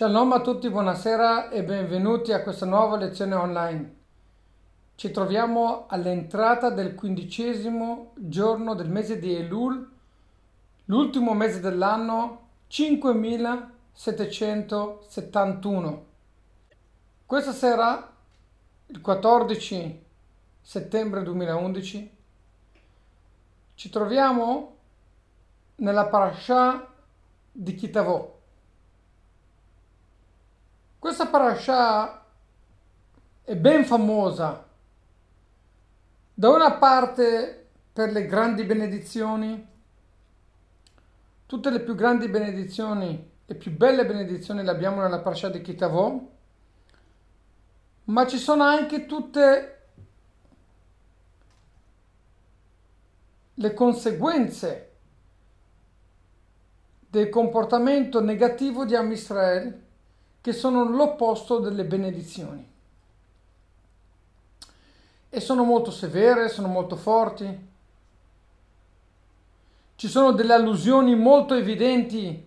Shalom a tutti, buonasera e benvenuti a questa nuova lezione online. Ci troviamo all'entrata del 15° giorno del mese di Elul, l'ultimo mese dell'anno 5771. Questa sera, il 14 settembre 2011, ci troviamo nella parasha di Kitavò. Questa parasha è ben famosa, da una parte per le grandi benedizioni, tutte le più grandi benedizioni e più belle benedizioni le abbiamo nella parasha di Kitavò, ma ci sono anche tutte le conseguenze del comportamento negativo di Am Israel, che sono l'opposto delle benedizioni. E sono molto severe, sono molto forti. Ci sono delle allusioni molto evidenti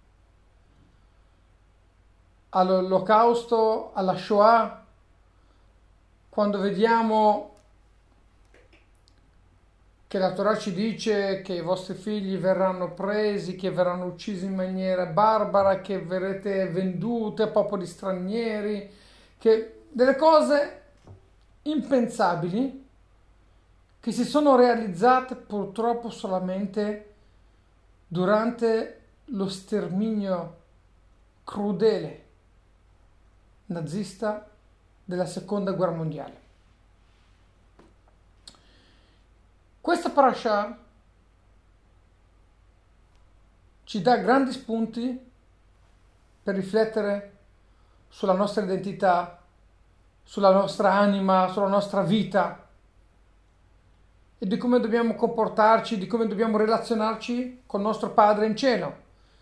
all'Olocausto, alla Shoah, quando vediamo che la Torah ci dice che i vostri figli verranno presi, che verranno uccisi in maniera barbara, che verrete vendute a popoli stranieri, che delle cose impensabili che si sono realizzate purtroppo solamente durante lo sterminio crudele nazista della Seconda Guerra Mondiale. Questa parasha ci dà grandi spunti per riflettere sulla nostra identità, sulla nostra anima, sulla nostra vita e di come dobbiamo comportarci, di come dobbiamo relazionarci col nostro Padre in cielo.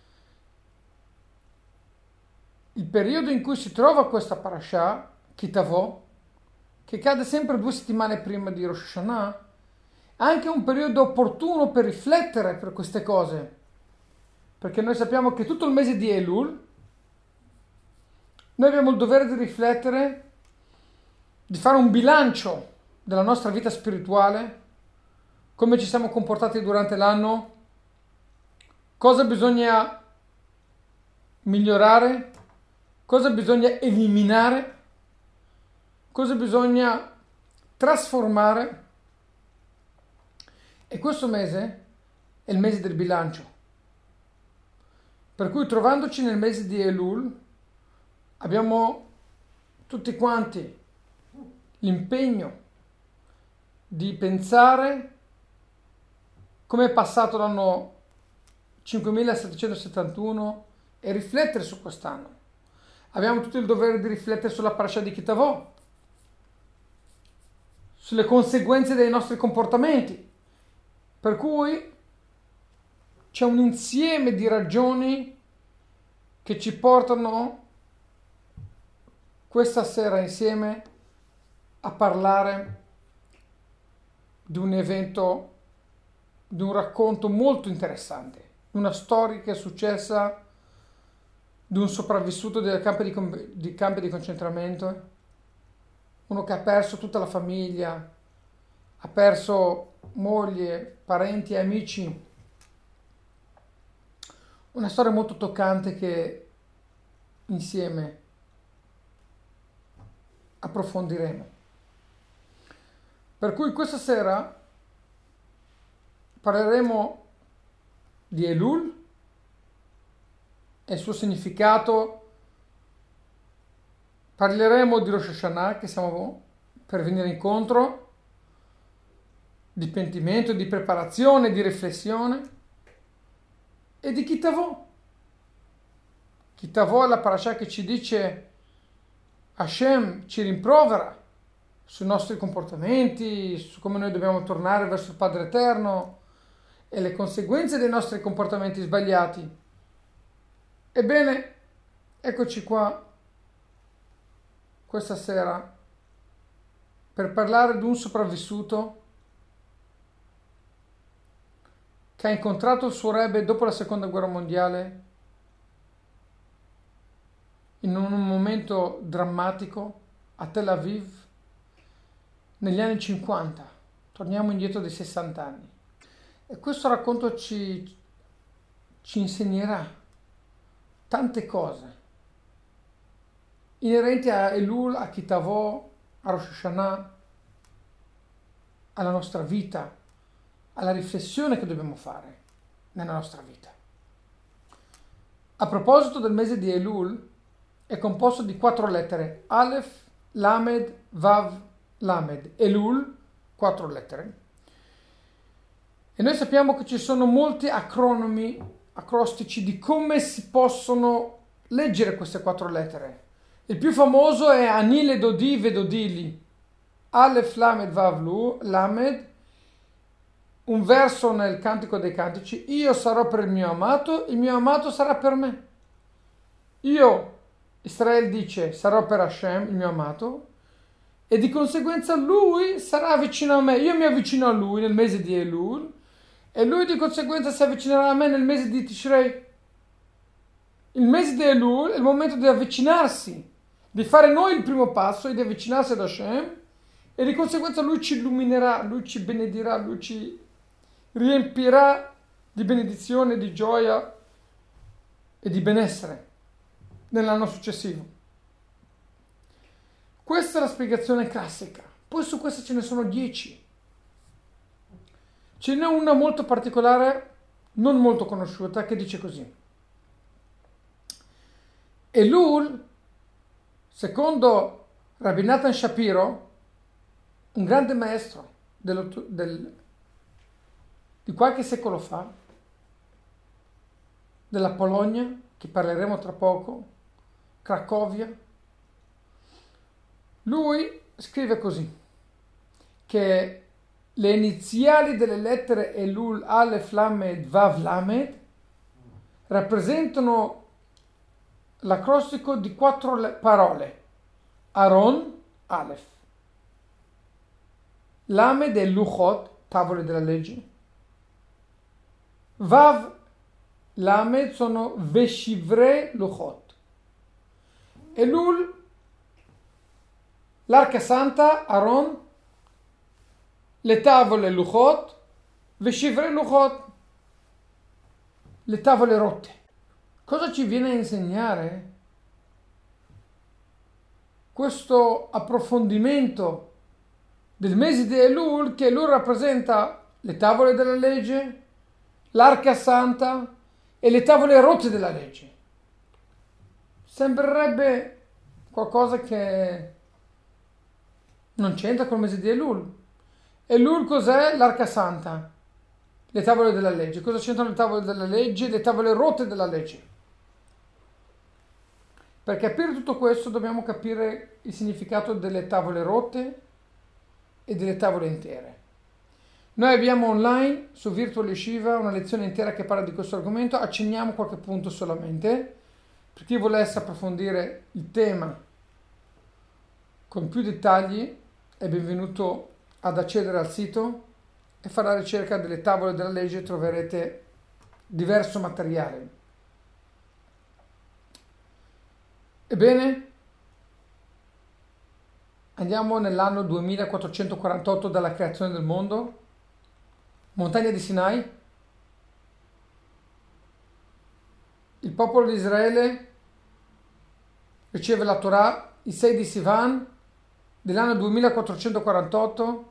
Il periodo in cui si trova questa parasha, Kitavò, che cade sempre 2 settimane prima di Rosh Hashanah, anche un periodo opportuno per riflettere per queste cose, perché noi sappiamo che tutto il mese di Elul noi abbiamo il dovere di riflettere, di fare un bilancio della nostra vita spirituale, come ci siamo comportati durante l'anno, cosa bisogna migliorare, cosa bisogna eliminare, cosa bisogna trasformare. E questo mese è il mese del bilancio. Per cui trovandoci nel mese di Elul abbiamo tutti quanti l'impegno di pensare come è passato l'anno 5771 e riflettere su quest'anno. Abbiamo tutto il dovere di riflettere sulla parasha di Kitavò, sulle conseguenze dei nostri comportamenti. Per cui c'è un insieme di ragioni che ci portano questa sera insieme a parlare di un evento, di un racconto molto interessante, una storia che è successa di un sopravvissuto dei campi di concentramento, uno che ha perso tutta la famiglia, ha perso moglie, parenti e amici. Una storia molto toccante che insieme approfondiremo. Per cui questa sera parleremo di Elul e il suo significato, parleremo di Rosh Hashanah, che stiamo per venire incontro, di pentimento, di preparazione, di riflessione, e di Kitavò. Kitavò è la parasha che ci dice Hashem ci rimprovera sui nostri comportamenti, su come noi dobbiamo tornare verso il Padre Eterno e le conseguenze dei nostri comportamenti sbagliati. Ebbene, eccoci qua questa sera per parlare di un sopravvissuto che ha incontrato il suo Rebbe dopo la Seconda Guerra Mondiale in un momento drammatico a Tel Aviv negli anni 50. Torniamo indietro di 60 anni. E questo racconto ci insegnerà tante cose inerenti a Elul, a Ki Tavo, a Rosh Hashanah, alla nostra vita, alla riflessione che dobbiamo fare nella nostra vita. A proposito del mese di Elul, è composto di 4 lettere: Aleph, Lamed, Vav, Lamed. Elul, 4 lettere. E noi sappiamo che ci sono molti acrostici di come si possono leggere queste 4 lettere. Il più famoso è Ani Ledodi Vedodili. Aleph, Lamed, Vav, Lamed. Un verso nel Cantico dei Cantici: io sarò per il mio amato sarà per me. Io, Israele dice, sarò per Hashem, il mio amato, e di conseguenza lui sarà vicino a me. Io mi avvicino a lui nel mese di Elul e lui di conseguenza si avvicinerà a me nel mese di Tishrei. Il mese di Elul è il momento di avvicinarsi, di fare noi il primo passo e di avvicinarsi ad Hashem, e di conseguenza lui ci illuminerà, lui ci benedirà, lui ci riempirà di benedizione, di gioia e di benessere nell'anno successivo. Questa è la spiegazione classica. Poi su questa ce ne sono 10. Ce n'è una molto particolare, non molto conosciuta, che dice così: Elul, secondo Rabbi Nathan Shapiro, un grande maestro di qualche secolo fa, della Polonia, che parleremo tra poco, Cracovia, lui scrive così, che le iniziali delle lettere Elul, Aleph, Lamed, Vav, Lamed rappresentano l'acrostico di 4 parole: Aaron, Aleph, Lamed e Luchot, tavole della legge, Vav, Lamed sono Veshivre Luchot, Elul, l'Arca Santa, Aaron, le tavole Luchot, Veshivre Luchot, le tavole rotte. Cosa ci viene a insegnare questo approfondimento del mese di Elul, che Elul rappresenta le tavole della legge, l'Arca Santa e le tavole rotte della legge? Sembrerebbe qualcosa che non c'entra col mese di Elul. Elul cos'è? L'Arca Santa, le tavole della legge. Cosa c'entrano le tavole della legge e le tavole rotte della legge? Per capire tutto questo dobbiamo capire il significato delle tavole rotte e delle tavole intere. Noi abbiamo online su Virtual Yeshiva una lezione intera che parla di questo argomento. Accenniamo qualche punto solamente. Per chi volesse approfondire il tema con più dettagli è benvenuto ad accedere al sito e fare la ricerca delle tavole della legge. Troverete diverso materiale. Ebbene, andiamo nell'anno 2448 dalla creazione del mondo, montagna di Sinai. Il popolo di Israele riceve la Torah il 6 di Sivan dell'anno 2448.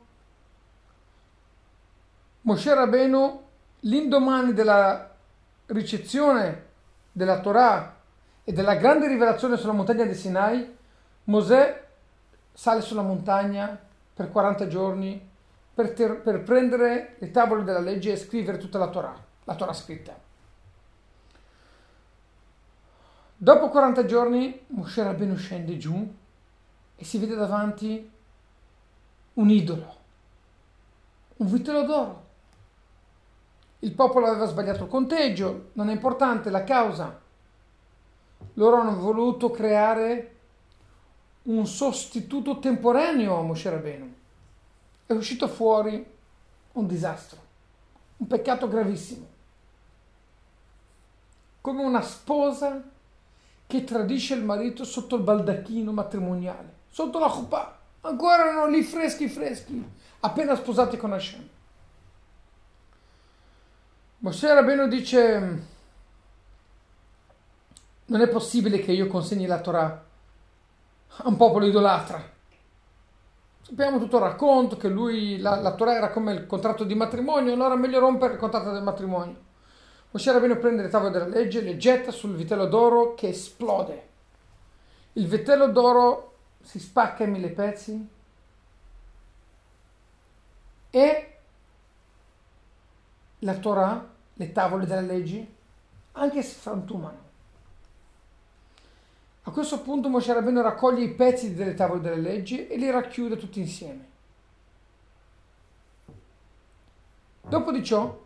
Moshe Rabbeinu, l'indomani della ricezione della Torah e della grande rivelazione sulla montagna di Sinai, Mosè sale sulla montagna per 40 giorni per prendere le tavole della legge e scrivere tutta la Torah scritta. Dopo 40 giorni Moshe Rabbeinu scende giù e si vede davanti un idolo, un vitello d'oro. Il popolo aveva sbagliato il conteggio, non è importante la causa. Loro hanno voluto creare un sostituto temporaneo a Moshe Rabbeinu. È uscito fuori un disastro, un peccato gravissimo. Come una sposa che tradisce il marito sotto il baldacchino matrimoniale, sotto la chuppah. Ancora erano lì freschi, appena sposati con Hashem. Moshe Rabbeinu dice: non è possibile che io consegni la Torah a un popolo idolatra. Sappiamo tutto il racconto che la Torah era come il contratto di matrimonio, allora è meglio rompere il contratto del matrimonio. Moshe Rabbeinu prende le tavole della legge, le getta sul vitello d'oro che esplode. Il vitello d'oro si spacca in 1000 pezzi e la Torah, le tavole della legge, anche si frantumano. A questo punto Moshe Rabbeinu raccoglie i pezzi delle tavole delle leggi e li racchiude tutti insieme. Dopo di ciò,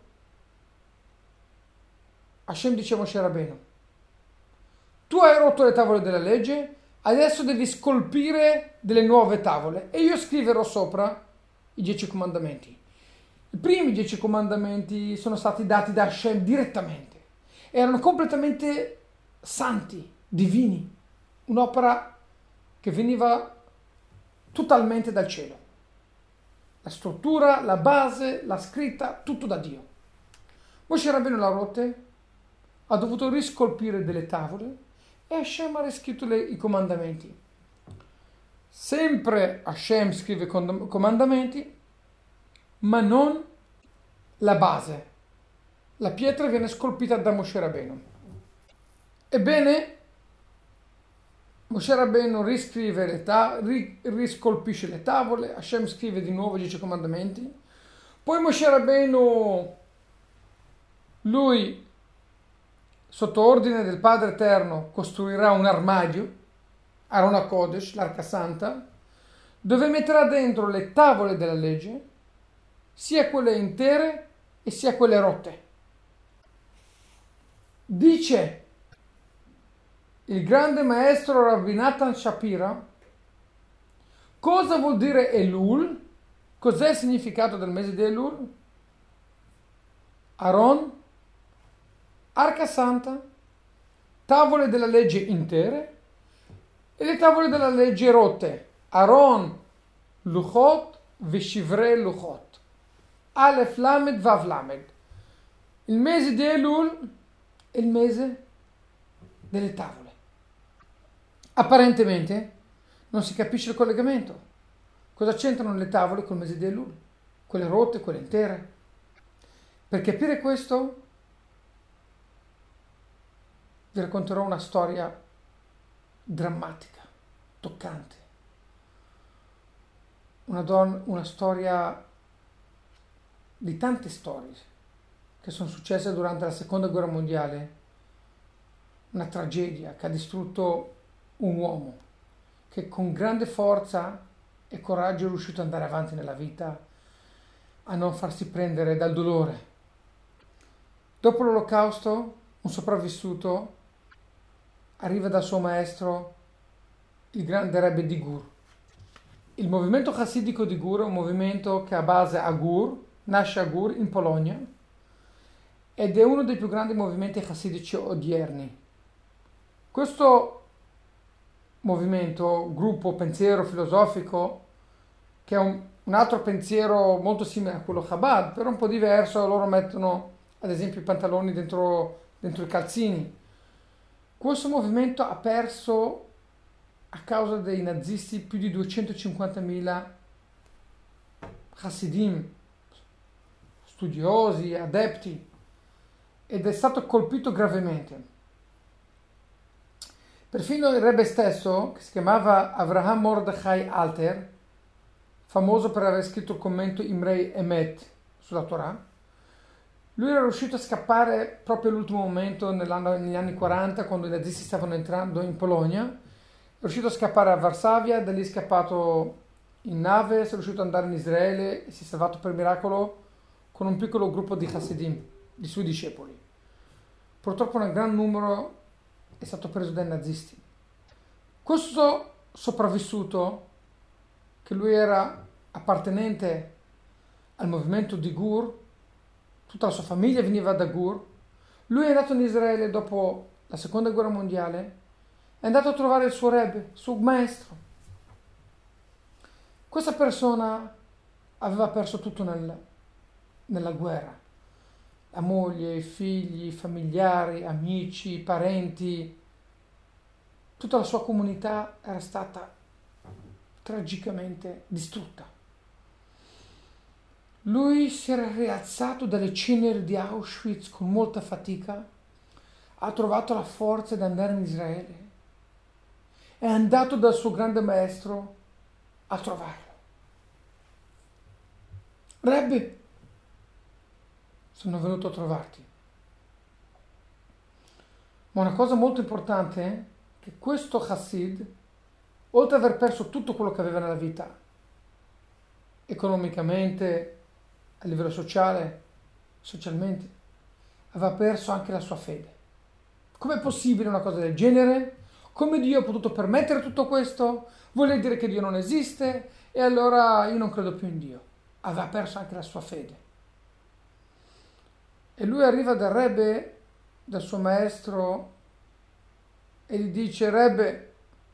Hashem dice a Moshe Rabbeinu: tu hai rotto le tavole della legge, adesso devi scolpire delle nuove tavole e io scriverò sopra i 10 comandamenti. I primi 10 comandamenti sono stati dati da Hashem direttamente, erano completamente santi, divini, un'opera che veniva totalmente dal cielo. La struttura, la base, la scritta, tutto da Dio. Moshe Rabbeinu la rotte, ha dovuto riscolpire delle tavole e Hashem ha riscritto i comandamenti. Sempre Hashem scrive comandamenti, ma non la base. La pietra viene scolpita da Moshe Rabbeinu. Ebbene, Moshe Rabbeinu riscrive riscolpisce le tavole, Hashem scrive di nuovo 10 comandamenti, poi Moshe Rabbeinu, lui, sotto ordine del Padre Eterno, costruirà un armadio, Aron HaKodesh, l'Arca Santa, dove metterà dentro le tavole della legge, sia quelle intere e sia quelle rotte. Dice il grande maestro Rabbi Natan Shapira, cosa vuol dire Elul? Cos'è il significato del mese di Elul? Aron, Arca Santa, tavole della legge intere e le tavole della legge rotte. Aron, Luchot, Veshivre Luchot. Alef Lamed Vav Lamed. Il mese di Elul è il mese delle tavole. Apparentemente non si capisce il collegamento. Cosa c'entrano le tavole col mese di Elul? Quelle rotte, quelle intere? Per capire questo vi racconterò una storia drammatica, toccante. Una storia di tante storie che sono successe durante la Seconda Guerra Mondiale. Una tragedia che ha distrutto un uomo che con grande forza e coraggio è riuscito ad andare avanti nella vita, a non farsi prendere dal dolore. Dopo l'Olocausto, un sopravvissuto arriva dal suo maestro, il grande Rebbe di Gur. Il movimento chassidico di Gur è un movimento che ha base a Gur, nasce a Gur in Polonia ed è uno dei più grandi movimenti chassidici odierni. Questo movimento, gruppo, pensiero filosofico, che è un altro pensiero molto simile a quello Chabad, però un po' diverso, loro mettono ad esempio i pantaloni dentro i calzini. Questo movimento ha perso, a causa dei nazisti, più di 250.000 Hasidim, studiosi, adepti, ed è stato colpito gravemente. Perfino il Rebbe stesso, che si chiamava Avraham Mordechai Alter, famoso per aver scritto il commento Imrei Emet sulla Torah, lui era riuscito a scappare proprio all'ultimo momento, negli anni 40, quando i nazisti stavano entrando in Polonia. È riuscito a scappare a Varsavia, da lì è scappato in nave, è riuscito ad andare in Israele e si è salvato per miracolo con un piccolo gruppo di Hasidim, di suoi discepoli. Purtroppo un gran numero è stato preso dai nazisti. Questo sopravvissuto, che lui era appartenente al movimento di Gur, tutta la sua famiglia veniva da Gur, lui è andato in Israele dopo la Seconda Guerra Mondiale è andato a trovare il suo rebbe, il suo maestro. Questa persona aveva perso tutto nella guerra. La moglie, i figli, i familiari, amici, parenti, tutta la sua comunità era stata tragicamente distrutta. Lui si era rialzato dalle ceneri di Auschwitz con molta fatica, ha trovato la forza di andare in Israele, è andato dal suo grande maestro a trovarlo. Rebbe, sono venuto a trovarti. Ma una cosa molto importante è che questo Chassid, oltre ad aver perso tutto quello che aveva nella vita, economicamente, a livello socialmente, aveva perso anche la sua fede. Com'è possibile una cosa del genere? Come Dio ha potuto permettere tutto questo? Vuol dire che Dio non esiste e allora io non credo più in Dio. Aveva perso anche la sua fede. E lui arriva dal Rebbe, dal suo maestro, e gli dice: Rebbe,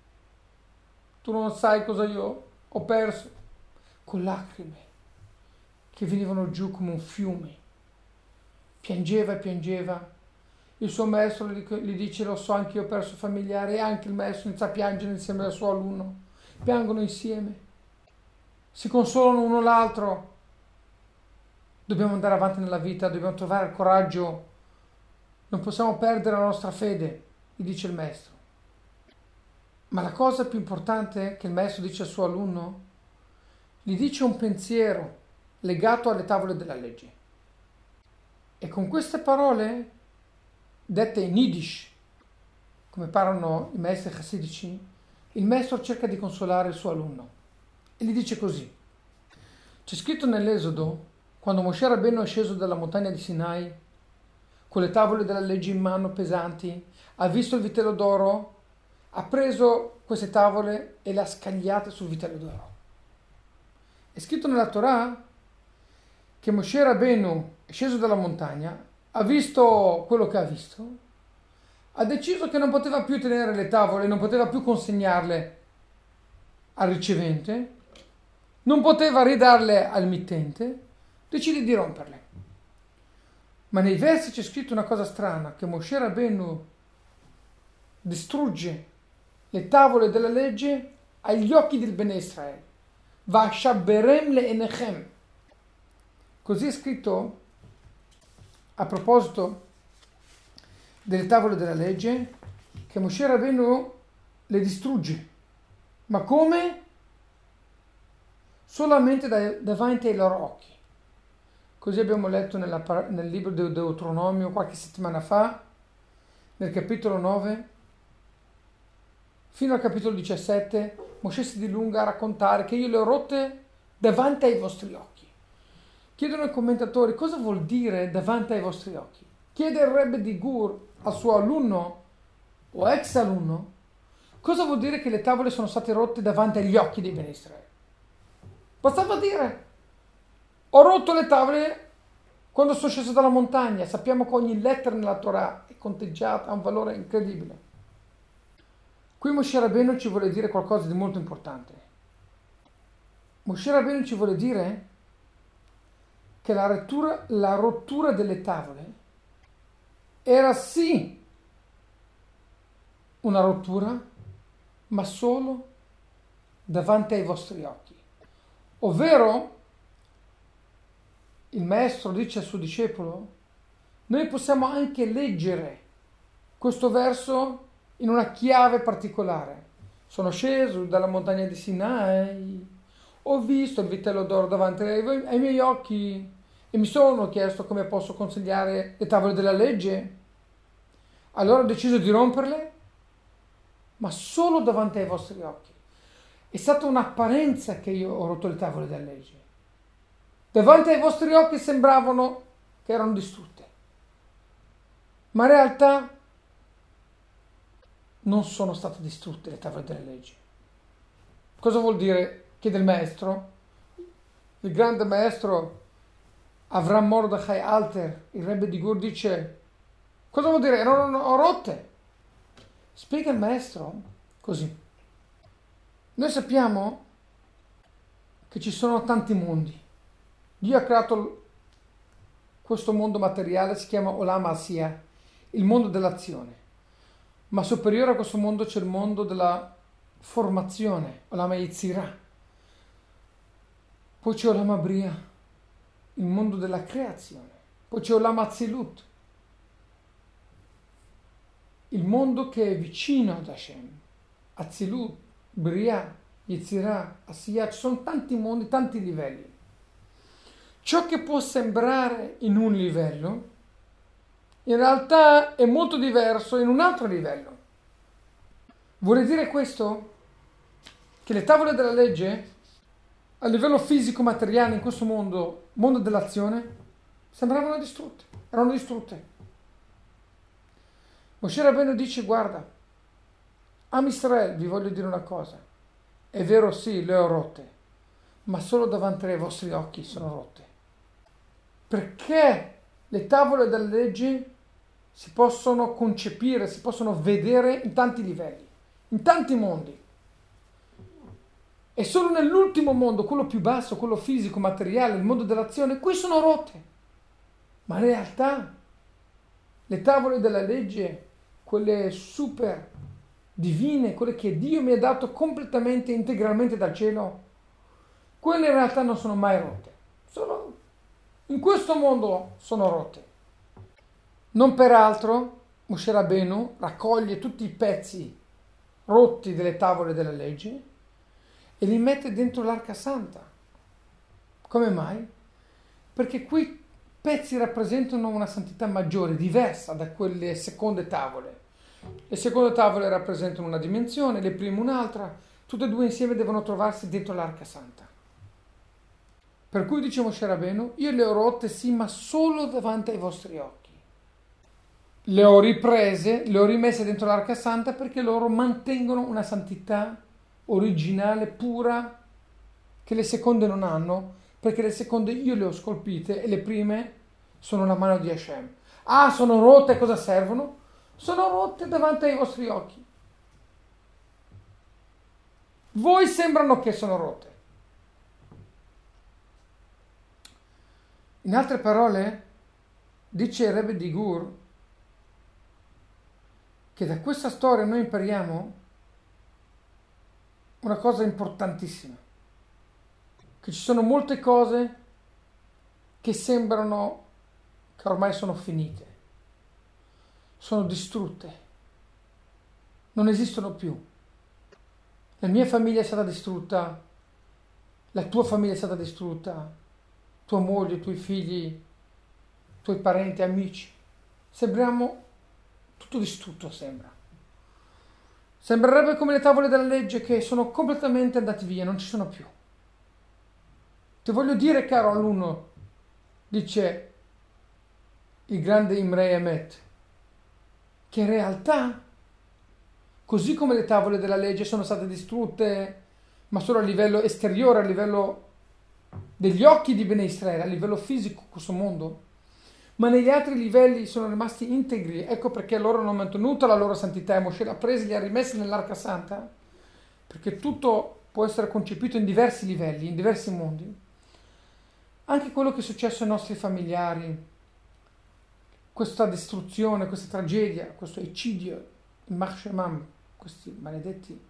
tu non sai cosa io ho perso, con lacrime che venivano giù come un fiume. Piangeva e piangeva. Il suo maestro gli dice: lo so, anche io ho perso familiari. E anche il maestro inizia a piangere insieme al suo alunno. Piangono insieme, si consolano uno l'altro. Dobbiamo andare avanti nella vita, dobbiamo trovare il coraggio, non possiamo perdere la nostra fede, gli dice il maestro. Ma la cosa più importante che il maestro dice al suo alunno, gli dice un pensiero legato alle tavole della legge. E con queste parole, dette in Yiddish, come parlano i maestri chassidici, il maestro cerca di consolare il suo alunno. E gli dice così: c'è scritto nell'Esodo, quando Moshe Rabbeinu è sceso dalla montagna di Sinai, con le tavole della legge in mano pesanti, ha visto il vitello d'oro, ha preso queste tavole e le ha scagliate sul vitello d'oro. È scritto nella Torah che Moshe Rabbeinu è sceso dalla montagna, ha visto quello che ha visto, ha deciso che non poteva più tenere le tavole, non poteva più consegnarle al ricevente, non poteva ridarle al mittente, decide di romperle. Ma nei versi c'è scritto una cosa strana, che Moshe Rabbeinu distrugge le tavole della legge agli occhi del Bene Israele. Vashabberem le'enechem. Così è scritto a proposito delle tavole della legge, che Moshe Rabbeinu le distrugge. Ma come? Solamente davanti ai loro occhi. Così abbiamo letto nel libro del Deuteronomio qualche settimana fa, nel capitolo 9, fino al capitolo 17, Mosè si dilunga a raccontare che io le ho rotte davanti ai vostri occhi. Chiedono i commentatori cosa vuol dire davanti ai vostri occhi. Chiede il Rebbe di Gur al suo alunno o ex alunno cosa vuol dire che le tavole sono state rotte davanti agli occhi dei Bene Israele. Bastava dire: ho rotto le tavole quando sono sceso dalla montagna. Sappiamo che ogni lettera nella Torah è conteggiata, ha un valore incredibile. Qui Moshe Rabbeinu ci vuole dire qualcosa di molto importante. Moshe Rabbeinu ci vuole dire che la rottura delle tavole era sì una rottura, ma solo davanti ai vostri occhi. Ovvero, il maestro dice al suo discepolo, noi possiamo anche leggere questo verso in una chiave particolare. Sono sceso dalla montagna di Sinai, ho visto il vitello d'oro davanti ai miei occhi e mi sono chiesto come posso consigliare le tavole della legge. Allora ho deciso di romperle, ma solo davanti ai vostri occhi. È stata un'apparenza che io ho rotto le tavole della legge. Davanti ai vostri occhi sembravano che erano distrutte, ma in realtà non sono state distrutte le tavole della legge. Cosa vuol dire? Chiede il maestro. Il grande maestro Avram Mordechai Alter, il Rebbe di Gur, dice: cosa vuol dire? Erano rotte. Spiega il maestro così. Noi sappiamo che ci sono tanti mondi. Dio ha creato questo mondo materiale, si chiama Olam Asiya, il mondo dell'azione. Ma superiore a questo mondo c'è il mondo della formazione, Olam Yetzirah. Poi c'è Olam Abria, il mondo della creazione. Poi c'è Olam Atzilut, il mondo che è vicino ad Hashem. Atzilut, Bria, Yetzirah, Asiya, ci sono tanti mondi, tanti livelli. Ciò che può sembrare in un livello, in realtà è molto diverso in un altro livello. Vuole dire questo? Che le tavole della legge, a livello fisico-materiale in questo mondo dell'azione, sembravano distrutte, erano distrutte. Moshe Rabbeinu dice, guarda, Am Israel, vi voglio dire una cosa, è vero sì, le ho rotte, ma solo davanti ai vostri occhi sono rotte. Perché le tavole della legge si possono concepire, si possono vedere in tanti livelli, in tanti mondi. E solo nell'ultimo mondo, quello più basso, quello fisico, materiale, il mondo dell'azione, qui sono rotte. Ma in realtà le tavole della legge, quelle super divine, quelle che Dio mi ha dato completamente, integralmente dal cielo, quelle in realtà non sono mai rotte. Solo in questo mondo sono rotte. Non peraltro, Moshe Rabbeinu raccoglie tutti i pezzi rotti delle tavole della legge e li mette dentro l'Arca Santa. Come mai? Perché quei pezzi rappresentano una santità maggiore, diversa da quelle seconde tavole. Le seconde tavole rappresentano una dimensione, le prime un'altra, tutte e due insieme devono trovarsi dentro l'Arca Santa. Per cui dice Moshe Rabbeinu, io le ho rotte sì, ma solo davanti ai vostri occhi. Le ho riprese, le ho rimesse dentro l'Arca Santa perché loro mantengono una santità originale, pura, che le seconde non hanno, perché le seconde io le ho scolpite e le prime sono la mano di Hashem. Ah, sono rotte, cosa servono? Sono rotte davanti ai vostri occhi. Voi sembrano che sono rotte. In altre parole, dice Rebbe di Gur, che da questa storia noi impariamo una cosa importantissima, che ci sono molte cose che sembrano che ormai sono finite, sono distrutte, non esistono più. La mia famiglia è stata distrutta, la tua famiglia è stata distrutta, tua moglie, i tuoi figli, i tuoi parenti, amici. Sembriamo tutto distrutto, sembra. Sembrerebbe come le tavole della legge che sono completamente andate via, non ci sono più. Ti voglio dire, caro alunno, dice il grande Imre Emet, che in realtà, così come le tavole della legge sono state distrutte, ma solo a livello esteriore, a livello degli occhi di Bnei Israele, a livello fisico, questo mondo, ma negli altri livelli sono rimasti integri. Ecco perché loro hanno mantenuto la loro santità e Moshe l'ha presa e li ha rimessi nell'Arca Santa, perché tutto può essere concepito in diversi livelli, in diversi mondi. Anche quello che è successo ai nostri familiari, questa distruzione, questa tragedia, questo eccidio, il Marshemam, questi maledetti.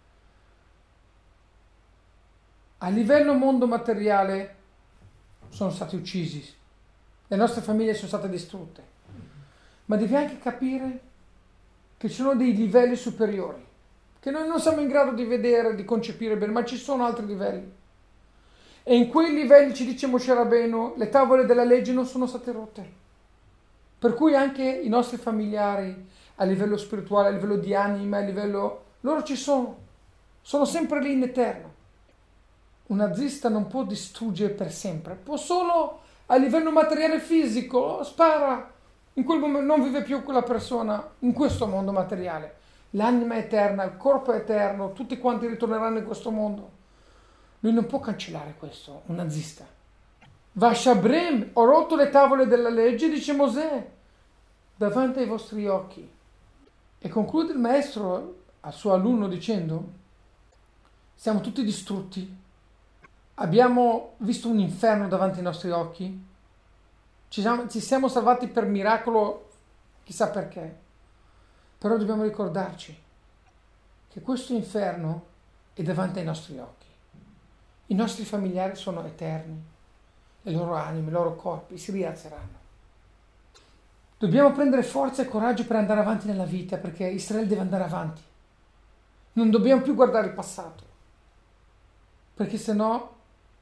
A livello mondo materiale sono stati uccisi, le nostre famiglie sono state distrutte, ma devi anche capire che ci sono dei livelli superiori, che noi non siamo in grado di vedere, di concepire bene, ma ci sono altri livelli. E in quei livelli, ci dice Moshe Rabbeinu, le tavole della legge non sono state rotte. Per cui anche i nostri familiari, a livello spirituale, a livello di anima, a livello... loro ci sono sempre lì in eterno. Un nazista non può distruggere per sempre, può solo a livello materiale fisico, spara, in quel momento non vive più quella persona in questo mondo materiale. L'anima è eterna, il corpo è eterno, tutti quanti ritorneranno in questo mondo. Lui non può cancellare questo, un nazista. Vashabrem, ho rotto le tavole della legge, dice Mosè, davanti ai vostri occhi. E conclude il maestro al suo alunno dicendo: siamo tutti distrutti, abbiamo visto un inferno davanti ai nostri occhi, ci siamo salvati per miracolo, chissà perché, però dobbiamo ricordarci che questo inferno è davanti ai nostri occhi. I nostri familiari sono eterni, le loro anime, i loro corpi si rialzeranno. Dobbiamo prendere forza e coraggio per andare avanti nella vita, perché Israele deve andare avanti. Non dobbiamo più guardare il passato, perché sennò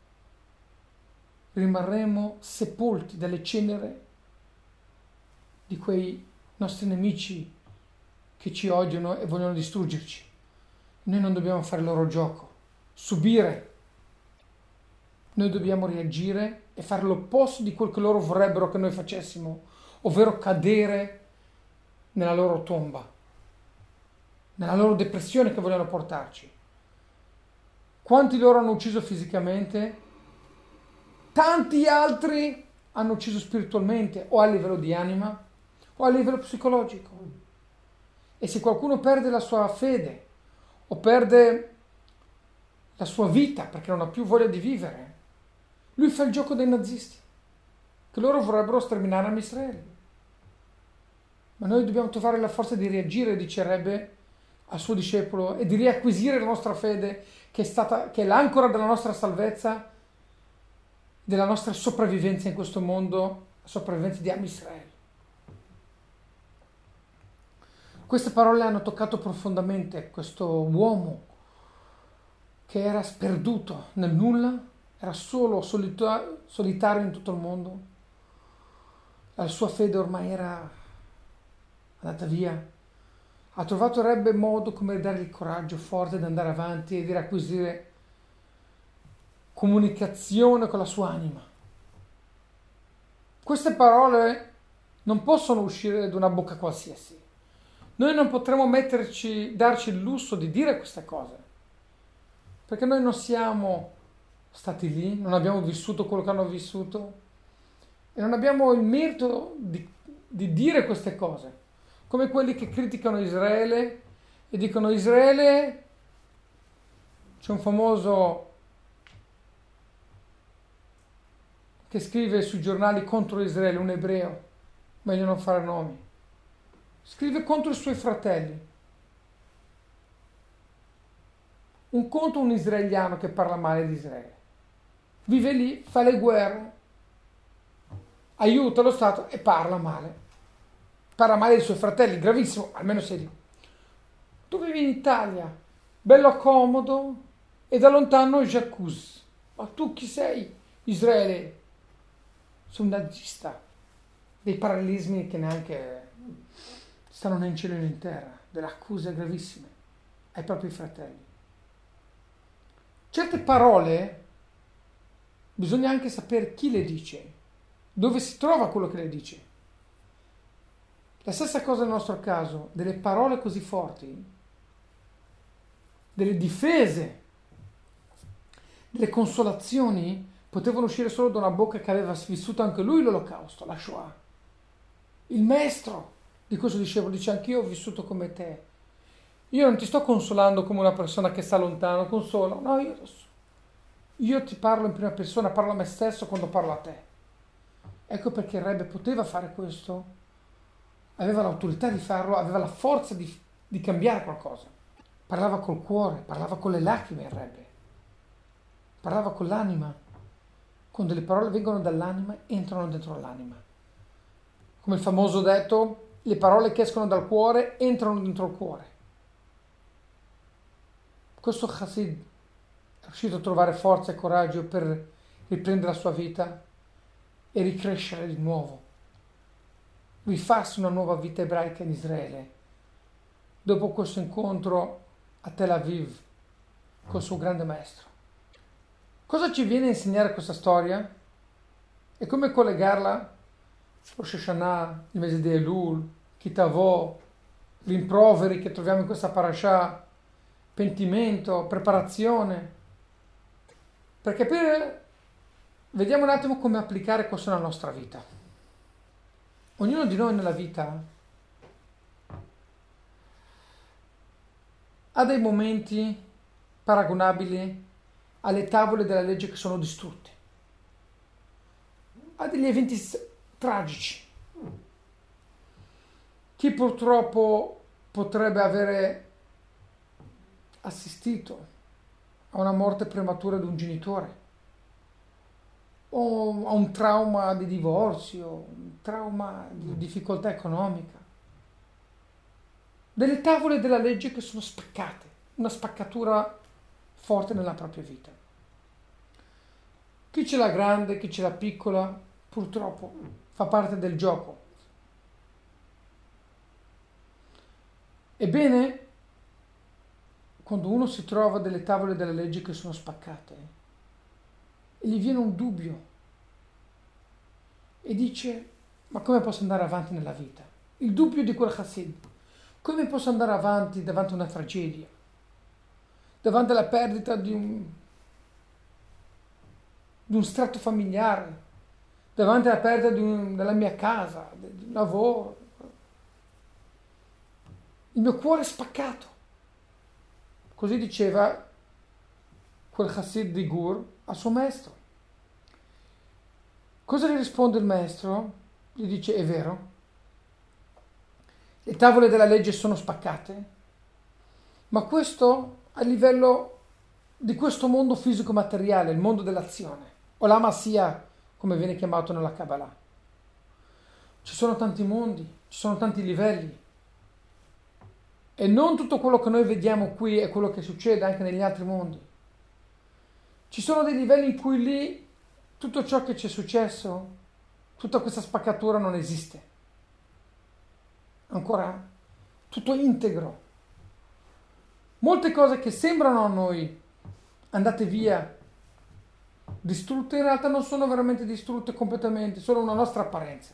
rimarremo sepolti dalle cenere di quei nostri nemici che ci odiano e vogliono distruggerci. Noi non dobbiamo fare il loro gioco, subire. Noi dobbiamo reagire e fare l'opposto di quel che loro vorrebbero che noi facessimo, ovvero cadere nella loro tomba, nella loro depressione che vogliono portarci. Quanti loro hanno ucciso fisicamente? Tanti altri hanno ucciso spiritualmente, o a livello di anima o a livello psicologico. E se qualcuno perde la sua fede o perde la sua vita perché non ha più voglia di vivere, lui fa il gioco dei nazisti, che loro vorrebbero sterminare Israele. Ma noi dobbiamo trovare la forza di reagire, dicerebbe al suo discepolo, e di riacquisire la nostra fede, che è l'ancora della nostra salvezza, della nostra sopravvivenza in questo mondo, la sopravvivenza di Israele. Queste parole hanno toccato profondamente questo uomo che era sperduto nel nulla, era solo, solitario in tutto il mondo. La sua fede ormai era andata via. Ha trovato Rebbe modo come dargli il coraggio forte di andare avanti e di riacquisire comunicazione con la sua anima. Queste parole non possono uscire da una bocca qualsiasi. Noi non potremo darci il lusso di dire queste cose, perché noi non siamo stati lì, non abbiamo vissuto quello che hanno vissuto e non abbiamo il merito di dire queste cose, come quelli che criticano Israele e dicono: Israele, c'è un famoso che scrive sui giornali contro Israele, un ebreo, meglio non fare nomi, scrive contro i suoi fratelli. Un conto un israeliano che parla male di Israele, vive lì, fa le guerre, aiuta lo Stato e parla male dei suoi fratelli, gravissimo, almeno sei lì. Tu vivi in Italia, bello comodo, e da lontano jacuzzi. Ma tu chi sei? Israele. Sei un nazista. Dei parallelismi che neanche stanno né in cielo né in terra, delle accuse gravissime ai propri fratelli. Certe parole bisogna anche sapere chi le dice, dove si trova quello che le dice. La stessa cosa nel nostro caso, delle parole così forti, delle difese, delle consolazioni potevano uscire solo da una bocca che aveva vissuto anche lui l'olocausto, la Shoah. Il maestro di questo discepolo dice: anch'io ho vissuto come te. Io non ti sto consolando come una persona che sta lontano, consolo. No, io ti parlo in prima persona, parlo a me stesso quando parlo a te. Ecco perché il Rebbe poteva fare questo, aveva l'autorità di farlo, aveva la forza di cambiare qualcosa. Parlava col cuore, parlava con le lacrime il Rebbe, parlava con l'anima. Quando le parole vengono dall'anima, entrano dentro l'anima. Come il famoso detto: le parole che escono dal cuore entrano dentro il cuore. Questo Chassid è riuscito a trovare forza e coraggio per riprendere la sua vita e ricrescere di nuovo, rifarsi una nuova vita ebraica in Israele, dopo questo incontro a Tel Aviv col suo grande maestro. Cosa ci viene a insegnare questa storia? E come collegarla? Rosh Hashanah, il mese di Elul, Kitavò, rimproveri che troviamo in questa parasha, pentimento, preparazione. Per capire, vediamo un attimo come applicare questo nella nostra vita. Ognuno di noi nella vita ha dei momenti paragonabili alle tavole della legge che sono distrutte. Ha degli eventi tragici. Chi purtroppo potrebbe avere assistito a una morte prematura di un genitore, o a un trauma di divorzio, un trauma di difficoltà economica. Delle tavole della legge che sono spaccate, una spaccatura forte nella propria vita. Chi ce l'ha grande, chi ce l'ha piccola, purtroppo fa parte del gioco. Ebbene, quando uno si trova delle tavole della legge che sono spaccate e gli viene un dubbio e dice: ma come posso andare avanti nella vita? Il dubbio di quel Hasid: come posso andare avanti davanti a una tragedia, davanti alla perdita di un strato familiare, davanti alla perdita della mia casa, del lavoro. Il mio cuore è spaccato. Così diceva quel Hasid di Gur al suo maestro. Cosa gli risponde il maestro? Gli dice: è vero, le tavole della legge sono spaccate, ma questo a livello di questo mondo fisico-materiale, il mondo dell'azione, o la Massia, come viene chiamato nella Kabbalah. Ci sono tanti mondi, ci sono tanti livelli, e non tutto quello che noi vediamo qui è quello che succede anche negli altri mondi. Ci sono dei livelli in cui lì tutto ciò che ci è successo, tutta questa spaccatura non esiste. Ancora tutto integro. Molte cose che sembrano a noi andate via, distrutte, in realtà non sono veramente distrutte completamente, sono una nostra apparenza.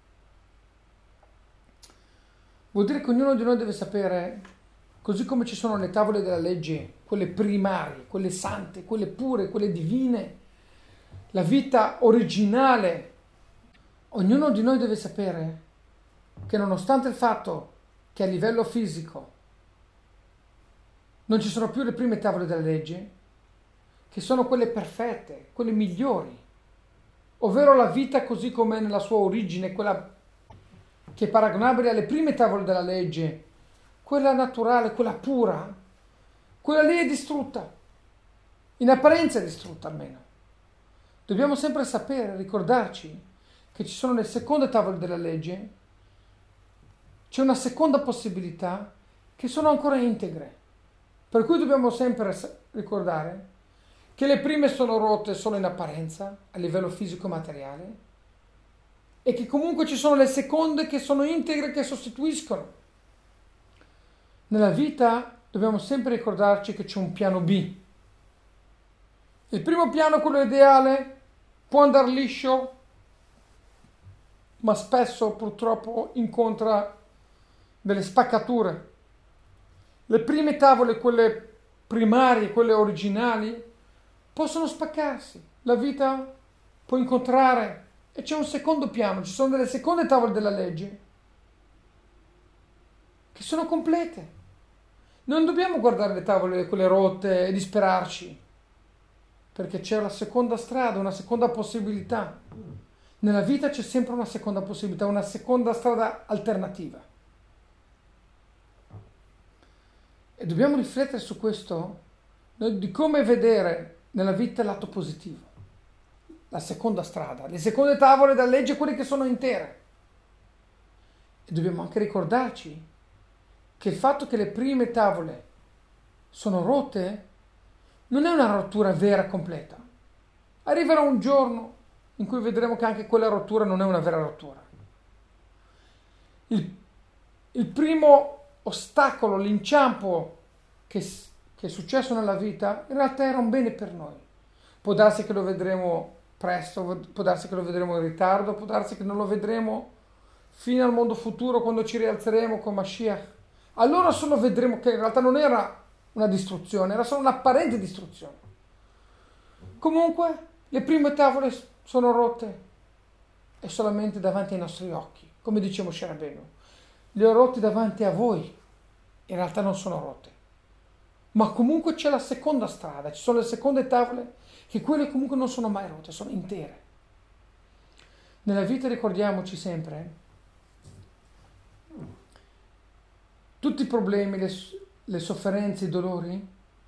Vuol dire che ognuno di noi deve sapere, così come ci sono le tavole della legge, quelle primarie, quelle sante, quelle pure, quelle divine, la vita originale, ognuno di noi deve sapere che nonostante il fatto che a livello fisico non ci sono più le prime tavole della legge, che sono quelle perfette, quelle migliori, ovvero la vita così com'è nella sua origine, quella che è paragonabile alle prime tavole della legge, quella naturale, quella pura, quella lì è distrutta, in apparenza è distrutta almeno. Dobbiamo sempre sapere, ricordarci che ci sono le seconde tavole della legge, c'è una seconda possibilità che sono ancora integre, per cui dobbiamo sempre ricordare che le prime sono rotte solo in apparenza, a livello fisico-materiale, e che comunque ci sono le seconde che sono integre, che sostituiscono. Nella vita dobbiamo sempre ricordarci che c'è un piano B. Il primo piano, quello ideale, può andare liscio, ma spesso purtroppo incontra delle spaccature. Le prime tavole, quelle primarie, quelle originali, possono spaccarsi. La vita può incontrare, e c'è un secondo piano, ci sono delle seconde tavole della legge che sono complete. Non dobbiamo guardare le tavole, quelle rotte, e disperarci, perché c'è una seconda strada, una seconda possibilità. Nella vita c'è sempre una seconda possibilità, una seconda strada alternativa. E dobbiamo riflettere su questo, di come vedere nella vita il lato positivo, la seconda strada, le seconde tavole della legge, quelle che sono intere. E dobbiamo anche ricordarci che il fatto che le prime tavole sono rotte non è una rottura vera completa. Arriverà un giorno in cui vedremo che anche quella rottura non è una vera rottura. Il primo ostacolo, l'inciampo che è successo nella vita, in realtà era un bene per noi. Può darsi che lo vedremo presto, può darsi che lo vedremo in ritardo, può darsi che non lo vedremo fino al mondo futuro, quando ci rialzeremo con Mashiach. Allora solo vedremo che in realtà non era una distruzione, era solo un'apparente distruzione. Comunque, le prime tavole sono rotte e solamente davanti ai nostri occhi, come dice Moshe Rabbeinu. Le ho rotte davanti a voi, in realtà non sono rotte. ma comunque c'è la seconda strada, ci sono le seconde tavole, che quelle comunque non sono mai rotte, sono intere. Nella vita ricordiamoci sempre, tutti i problemi, le sofferenze, i dolori,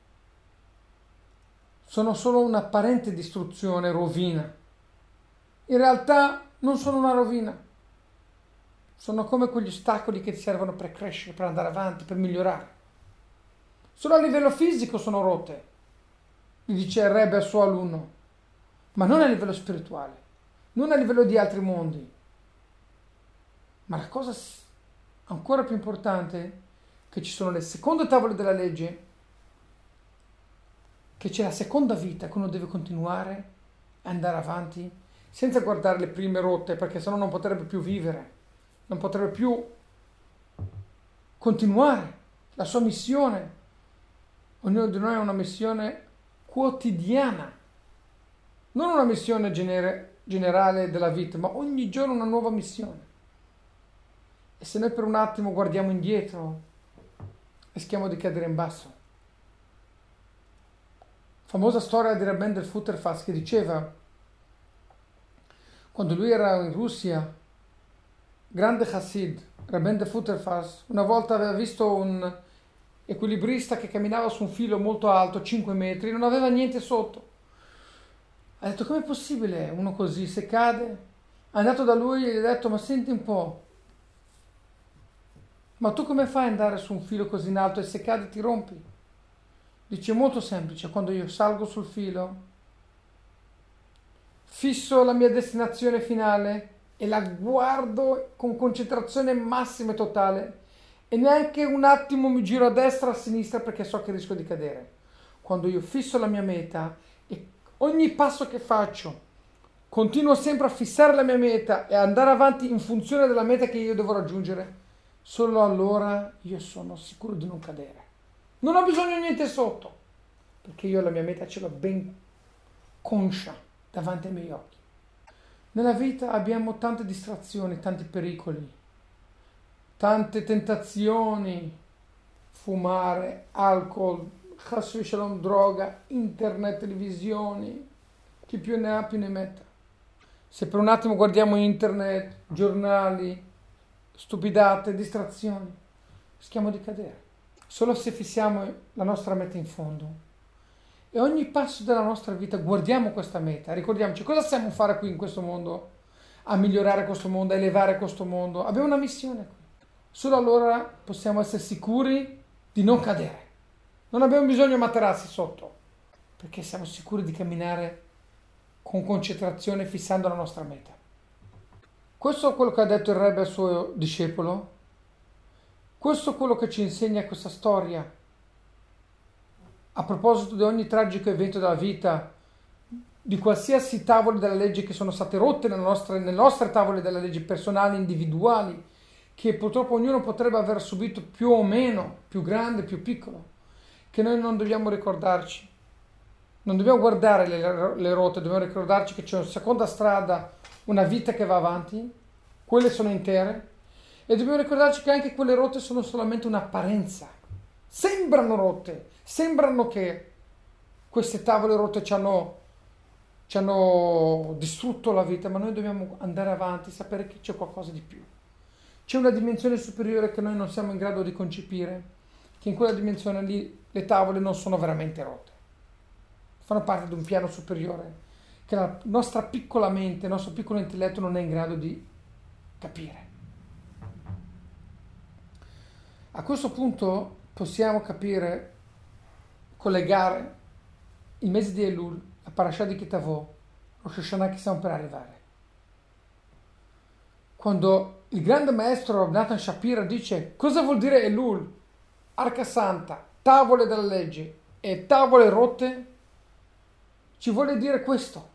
sono solo un'apparente distruzione, rovina. In realtà non sono una rovina, sono come quegli ostacoli che ti servono per crescere, per andare avanti, per migliorare. Solo a livello fisico sono rotte, gli dice il Rebbe al suo alunno, ma non a livello spirituale, non a livello di altri mondi. Ma la cosa ancora più importante è che ci sono le seconde tavole della legge, che c'è la seconda vita, che uno deve continuare a andare avanti senza guardare le prime rotte, perché sennò non potrebbe più vivere, non potrebbe più continuare la sua missione. Ognuno di noi ha una missione quotidiana, non una missione generale della vita, ma ogni giorno una nuova missione. E se noi per un attimo guardiamo indietro, rischiamo di cadere in basso. Famosa storia di Rabben del Futerfas che diceva, quando lui era in Russia, grande Hasid, Rabben del Futerfas, una volta aveva visto un equilibrista che camminava su un filo molto alto, 5 metri, non aveva niente sotto. Ha detto, com'è possibile uno così, se cade? È andato da lui e gli ha detto, ma senti un po', ma tu come fai ad andare su un filo così in alto e se cade ti rompi? Dice, molto semplice, quando io salgo sul filo, fisso la mia destinazione finale e la guardo con concentrazione massima e totale e neanche un attimo mi giro a destra o a sinistra perché so che rischio di cadere. Quando io fisso la mia meta e ogni passo che faccio continuo sempre a fissare la mia meta e andare avanti in funzione della meta che io devo raggiungere, solo allora io sono sicuro di non cadere. Non ho bisogno di niente sotto, perché io la mia meta ce l'ho ben conscia davanti ai miei occhi. Nella vita abbiamo tante distrazioni, tanti pericoli, tante tentazioni, fumare, alcol, chas v'shalom, droga, internet, televisioni, chi più ne ha più ne metta. Se per un attimo guardiamo internet, giornali, stupidate, distrazioni, rischiamo di cadere. Solo se fissiamo la nostra meta in fondo e ogni passo della nostra vita guardiamo questa meta, ricordiamoci cosa stiamo a fare qui in questo mondo, a migliorare questo mondo, a elevare questo mondo. Abbiamo una missione qui. Solo allora possiamo essere sicuri di non cadere. Non abbiamo bisogno di materassi sotto, perché siamo sicuri di camminare con concentrazione fissando la nostra meta. Questo è quello che ha detto il Rebbe al suo discepolo. Questo è quello che ci insegna questa storia. A proposito di ogni tragico evento della vita, di qualsiasi tavole della legge che sono state rotte nelle nostre tavole della legge personali, individuali, che purtroppo ognuno potrebbe aver subito più o meno, più grande, più piccolo, che noi non dobbiamo ricordarci. Non dobbiamo guardare le rotte, dobbiamo ricordarci che c'è una seconda strada, una vita che va avanti, quelle sono intere, e dobbiamo ricordarci che anche quelle rotte sono solamente un'apparenza. Sembrano rotte, sembrano che queste tavole rotte ci hanno distrutto la vita, ma noi dobbiamo andare avanti, sapere che c'è qualcosa di più. C'è una dimensione superiore che noi non siamo in grado di concepire, che in quella dimensione lì le tavole non sono veramente rotte. Fanno parte di un piano superiore che la nostra piccola mente, il nostro piccolo intelletto non è in grado di capire. A questo punto possiamo capire, collegare il mese di Elul, la parasha di Kitavò, Rosh Hashanah che stiamo per arrivare. Quando il grande maestro Nathan Shapira dice cosa vuol dire Elul, Arca Santa, tavole della legge e tavole rotte, ci vuole dire questo.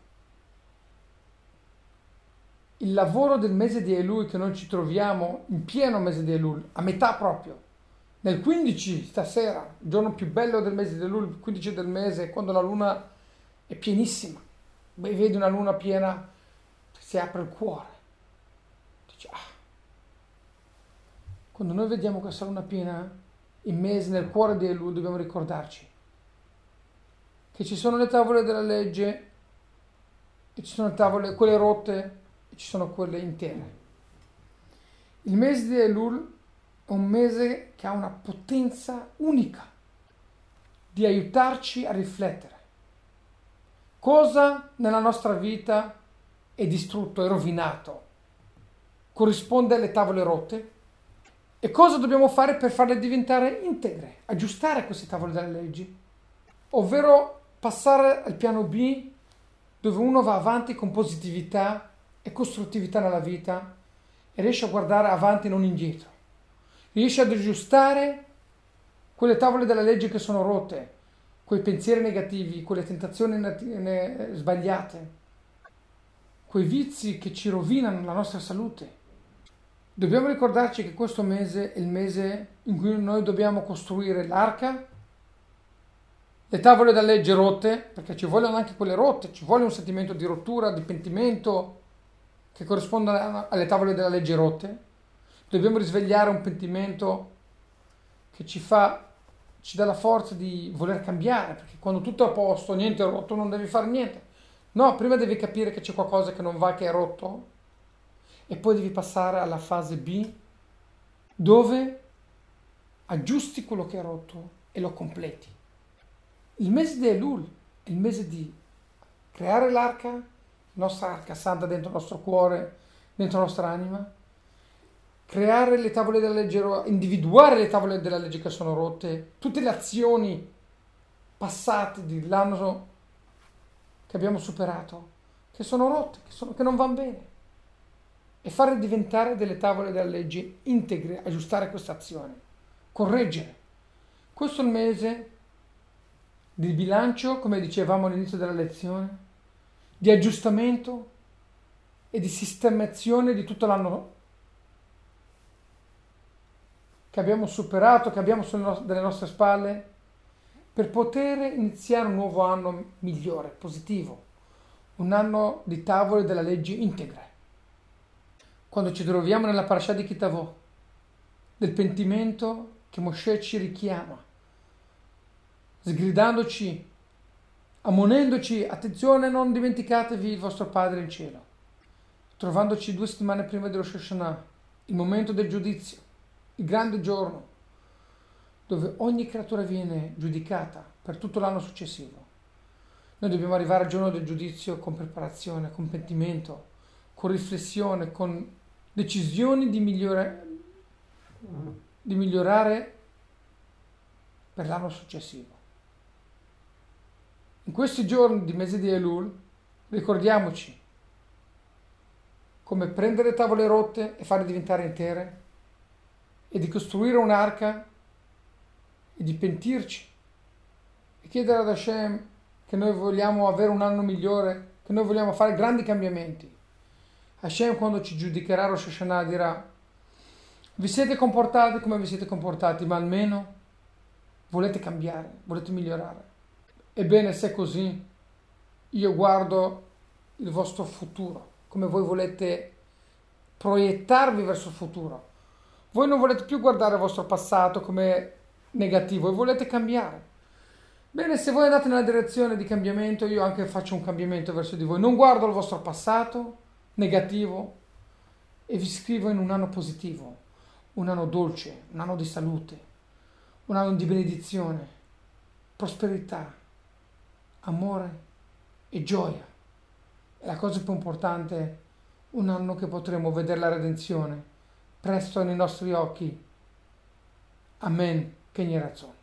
Il lavoro del mese di Elul che noi ci troviamo in pieno mese di Elul, a metà proprio, nel 15 stasera, il giorno più bello del mese di Elul, il 15 del mese, quando la luna è pienissima. Beh, vedi una luna piena, si apre il cuore. Dici, ah. Quando noi vediamo questa luna piena, il mese nel cuore di Elul, dobbiamo ricordarci che ci sono le tavole della legge e ci sono le tavole, quelle rotte, e ci sono quelle intere. Il mese di Elul è un mese che ha una potenza unica di aiutarci a riflettere. Cosa nella nostra vita è distrutto, è rovinato, corrisponde alle tavole rotte? E cosa dobbiamo fare per farle diventare integre, aggiustare queste tavole delle leggi? Ovvero passare al piano B, dove uno va avanti con positività e costruttività nella vita e riesce a guardare avanti e non indietro. Riesce ad aggiustare quelle tavole della legge che sono rotte, quei pensieri negativi, quelle tentazioni sbagliate, quei vizi che ci rovinano la nostra salute. Dobbiamo ricordarci che questo mese è il mese in cui noi dobbiamo costruire l'arca, le tavole da legge rotte, perché ci vogliono anche quelle rotte, ci vuole un sentimento di rottura, di pentimento che corrisponde alle tavole della legge rotte. Dobbiamo risvegliare un pentimento che ci dà la forza di voler cambiare, perché quando tutto è a posto, niente è rotto, non devi fare niente. No, prima devi capire che c'è qualcosa che non va, che è rotto, e poi devi passare alla fase B, dove aggiusti quello che è rotto e lo completi. Il mese di Elul è il mese di creare l'arca, la nostra arca santa dentro il nostro cuore, dentro la nostra anima, creare le tavole della legge, individuare le tavole della legge che sono rotte, tutte le azioni passate dell'anno che abbiamo superato, che sono rotte, che non vanno bene, e fare diventare delle tavole della legge integre, aggiustare questa azione, correggere. Questo è il mese di bilancio, come dicevamo all'inizio della lezione, di aggiustamento e di sistemazione di tutto l'anno che abbiamo superato, che abbiamo sulle nostre spalle, per poter iniziare un nuovo anno migliore, positivo, un anno di tavole della legge integre. Quando ci troviamo nella parasha di Kitavò, del pentimento che Moshe ci richiama, sgridandoci, ammonendoci, attenzione, non dimenticatevi il vostro Padre in cielo, trovandoci 2 settimane prima di Rosh Hashanah, il momento del giudizio, il grande giorno, dove ogni creatura viene giudicata per tutto l'anno successivo. Noi dobbiamo arrivare al giorno del giudizio con preparazione, con pentimento, con riflessione, con decisioni di migliorare per l'anno successivo. In questi giorni di mese di Elul ricordiamoci come prendere tavole rotte e farle diventare intere, e di costruire un'arca e di pentirci e chiedere ad Hashem che noi vogliamo avere un anno migliore, che noi vogliamo fare grandi cambiamenti. Hashem, quando ci giudicherà Rosh Hashanah, dirà: vi siete comportati come vi siete comportati, ma almeno volete cambiare, volete migliorare. Ebbene, se è così, io guardo il vostro futuro, come voi volete proiettarvi verso il futuro. Voi non volete più guardare il vostro passato come negativo e volete cambiare. Bene, se voi andate nella direzione di cambiamento, io anche faccio un cambiamento verso di voi. Non guardo il vostro passato negativo e vi scrivo in un anno positivo, un anno dolce, un anno di salute, un anno di benedizione, prosperità, amore e gioia. E la cosa più importante, un anno che potremo vedere la redenzione presto nei nostri occhi. Amen. Che razon.